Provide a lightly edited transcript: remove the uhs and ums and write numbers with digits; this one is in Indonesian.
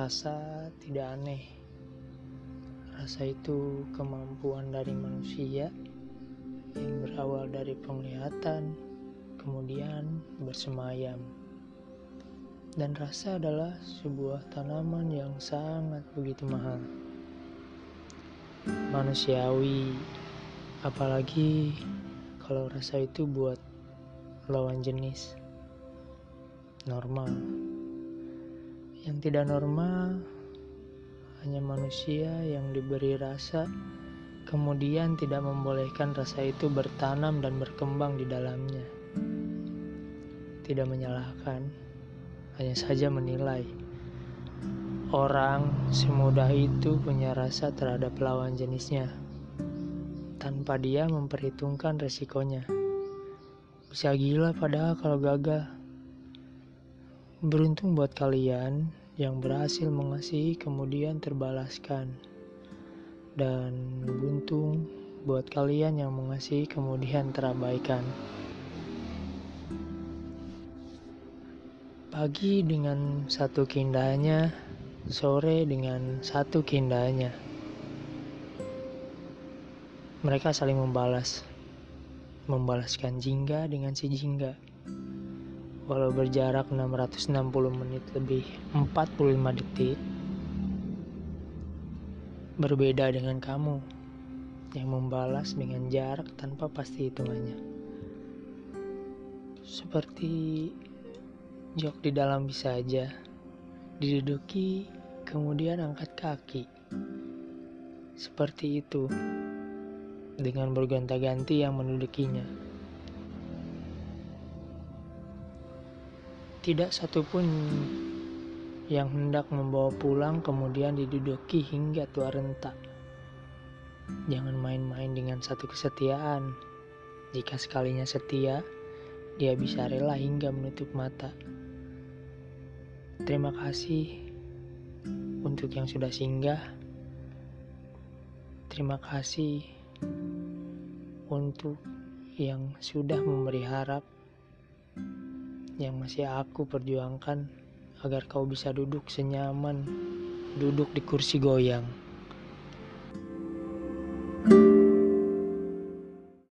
Rasa tidak aneh. Rasa itu kemampuan dari manusia yang berawal dari penglihatan, kemudian bersemayam. Dan rasa adalah sebuah tanaman yang sangat begitu mahal. Manusiawi, apalagi kalau rasa itu buat lawan jenis. Normal. Yang tidak normal hanya manusia yang diberi rasa, kemudian tidak membolehkan rasa itu bertanam dan berkembang di dalamnya. Tidak menyalahkan, hanya saja menilai. Orang semudah itu punya rasa terhadap lawan jenisnya, tanpa dia memperhitungkan resikonya. Bisa gila padahal kalau gagal. Beruntung buat kalian yang berhasil mengasihi kemudian terbalaskan. Dan buntung buat kalian yang mengasihi kemudian terabaikan. Pagi dengan satu keindahannya, sore dengan satu keindahannya. Mereka saling membalaskan jingga dengan si jingga. Walau berjarak 660 menit lebih 45 detik, berbeda dengan kamu yang membalas dengan jarak tanpa pasti hitungannya. Seperti jok di dalam bisa aja, diduduki kemudian angkat kaki. Seperti itu, dengan bergonta-ganti yang mendudukinya. Tidak satupun yang hendak membawa pulang kemudian diduduki hingga tua renta. Jangan main-main dengan satu kesetiaan. Jika sekalinya setia, dia bisa rela hingga menutup mata. Terima kasih untuk yang sudah singgah. Terima kasih untuk yang sudah memberi harap, yang masih aku perjuangkan agar kau bisa duduk senyaman duduk di kursi goyang.